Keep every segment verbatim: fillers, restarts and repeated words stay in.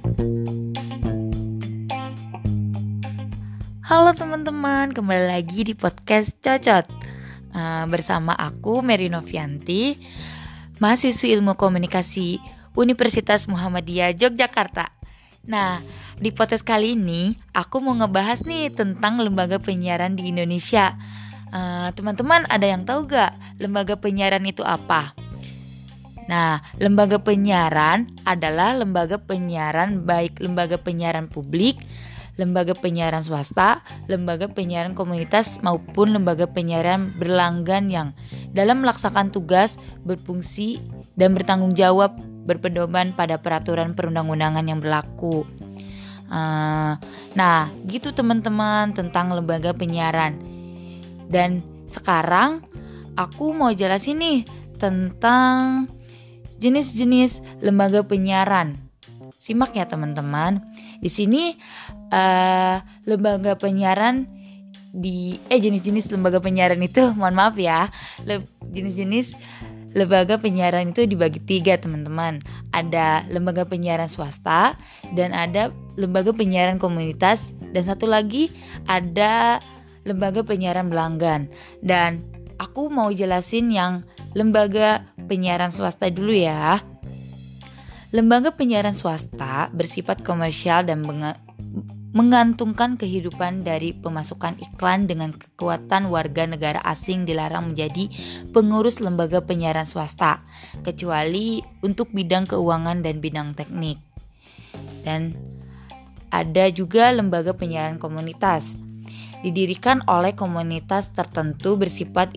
Halo teman-teman, kembali lagi di podcast Cocot uh, bersama aku Mary Novianti, mahasiswi Ilmu Komunikasi Universitas Muhammadiyah Yogyakarta. Nah, di podcast kali ini aku mau ngebahas nih tentang lembaga penyiaran di Indonesia. uh, Teman-teman ada yang tahu gak lembaga penyiaran itu apa? Nah, lembaga penyiaran adalah lembaga penyiaran baik lembaga penyiaran publik, lembaga penyiaran swasta, lembaga penyiaran komunitas maupun lembaga penyiaran berlanggan yang dalam melaksanakan tugas, berfungsi, dan bertanggung jawab berpedoman pada peraturan perundang-undangan yang berlaku. Uh, nah, gitu teman-teman tentang lembaga penyiaran. Dan sekarang aku mau jelasin nih tentang jenis-jenis lembaga penyiaran. Simak ya teman-teman. Di sini uh, lembaga penyiaran di eh jenis-jenis lembaga penyiaran itu, mohon maaf ya, le, jenis-jenis lembaga penyiaran itu dibagi tiga teman-teman. Ada lembaga penyiaran swasta dan ada lembaga penyiaran komunitas dan satu lagi ada lembaga penyiaran berlanggan. Dan aku mau jelasin yang lembaga penyiaran swasta dulu ya. Lembaga penyiaran swasta bersifat komersial dan meng- menggantungkan kehidupan dari pemasukan iklan. Dengan kekuatan warga negara asing dilarang menjadi pengurus lembaga penyiaran swasta, kecuali untuk bidang keuangan dan bidang teknik. Dan ada juga lembaga penyiaran komunitas, didirikan oleh komunitas tertentu, bersifat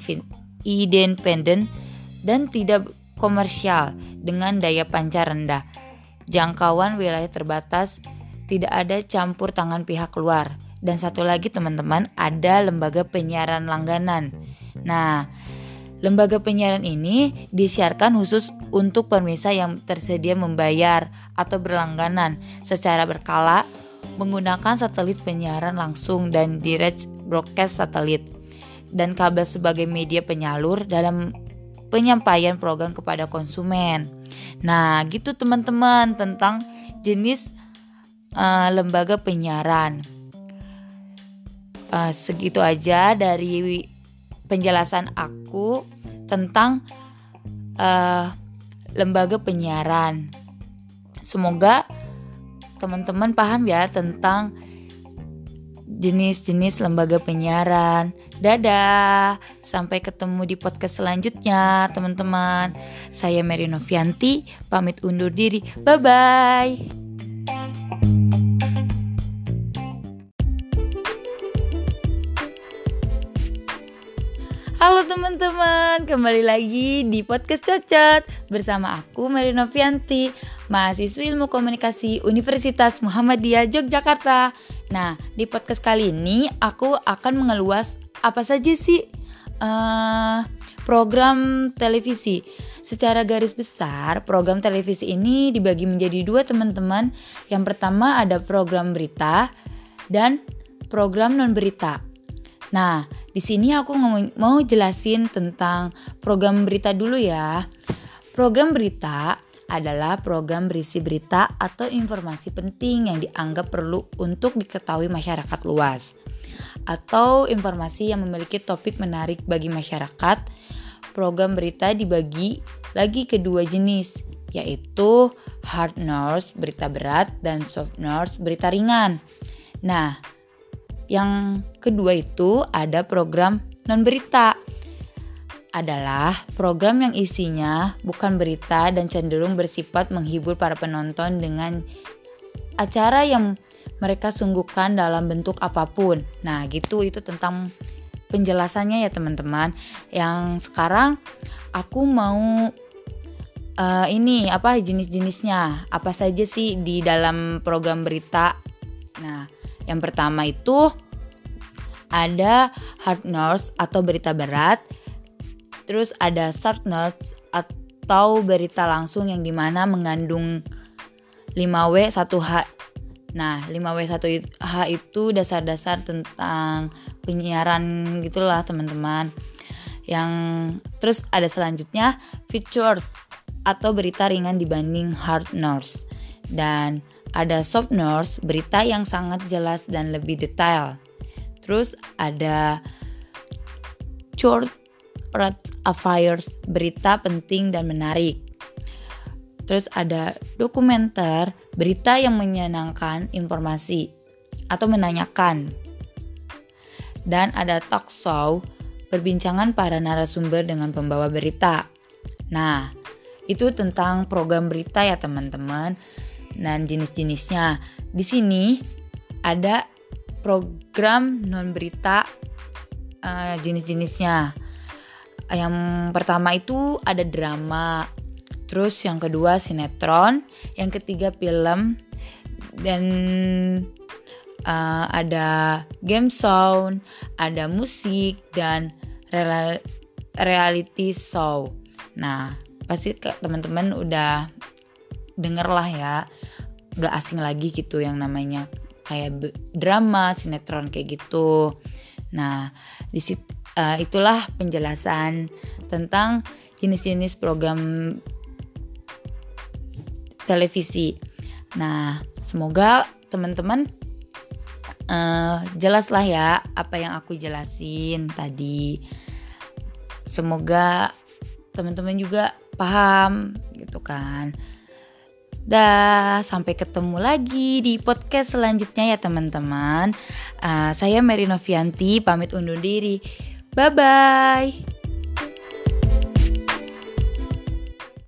independen dan tidak komersial, dengan daya pancar rendah, jangkauan wilayah terbatas, tidak ada campur tangan pihak luar. Dan satu lagi teman-teman, ada lembaga penyiaran langganan. Nah, lembaga penyiaran ini disiarkan khusus untuk pemirsa yang tersedia membayar atau berlangganan secara berkala menggunakan satelit penyiaran langsung dan direct broadcast satelit dan kabel sebagai media penyalur dalam penyampaian program kepada konsumen. Nah, gitu teman-teman tentang jenis uh, lembaga penyiaran. Uh, segitu aja dari penjelasan aku tentang uh, lembaga penyiaran. Semoga teman-teman paham ya tentang jenis-jenis lembaga penyiaran. Dadah, sampai ketemu di podcast selanjutnya teman-teman. Saya Mary Novianti, pamit undur diri. Bye-bye. Halo teman-teman, kembali lagi di podcast Cocot bersama aku Mary Novianti, mahasiswi Ilmu Komunikasi Universitas Muhammadiyah Yogyakarta. Nah, di podcast kali ini aku akan mengeluas apa saja sih uh, program televisi. Secara garis besar, program televisi ini dibagi menjadi dua teman-teman. Yang pertama ada program berita dan program non berita. Nah, di sini aku mau jelasin tentang program berita dulu ya. Program berita adalah program berisi berita atau informasi penting yang dianggap perlu untuk diketahui masyarakat luas, atau informasi yang memiliki topik menarik bagi masyarakat. Program berita dibagi lagi ke dua jenis, yaitu hard news, berita berat, dan soft news, berita ringan. Nah, yang kedua itu ada program non berita, adalah program yang isinya bukan berita dan cenderung bersifat menghibur para penonton dengan acara yang mereka sungguhkan dalam bentuk apapun. Nah, gitu itu tentang penjelasannya ya teman-teman. Yang sekarang aku mau uh, ini apa jenis-jenisnya, apa saja sih di dalam program berita. Nah, yang pertama itu ada hard news atau berita berat. Terus ada soft news atau berita langsung yang dimana mengandung lima W satu H. Nah, lima W satu H itu dasar-dasar tentang penyiaran gitulah teman-teman. Yang terus ada selanjutnya features atau berita ringan dibanding hard news. Dan Ada soft news, berita yang sangat jelas dan lebih detail. Terus ada short affairs, berita penting dan menarik. Terus ada dokumenter, berita yang menyenangkan informasi atau menanyakan. Dan ada talk show, perbincangan para narasumber dengan pembawa berita. Nah, itu tentang program berita ya teman-teman. Dan jenis-jenisnya. Di sini ada program non berita uh, jenis-jenisnya. Yang pertama itu ada drama. Terus yang kedua sinetron, yang ketiga film, dan uh, ada game sound, ada musik dan real- reality show. Nah, pasti teman-teman udah denger lah ya, gak asing lagi gitu yang namanya kayak drama, sinetron kayak gitu. Nah, di situ uh, itulah penjelasan tentang jenis-jenis program televisi. Nah, semoga teman-teman uh, jelas lah ya apa yang aku jelasin tadi. Semoga teman-teman juga paham gitu kan. Dah, sampai ketemu lagi di podcast selanjutnya ya teman-teman. Uh, saya Mary Novianti pamit undur diri. Bye-bye.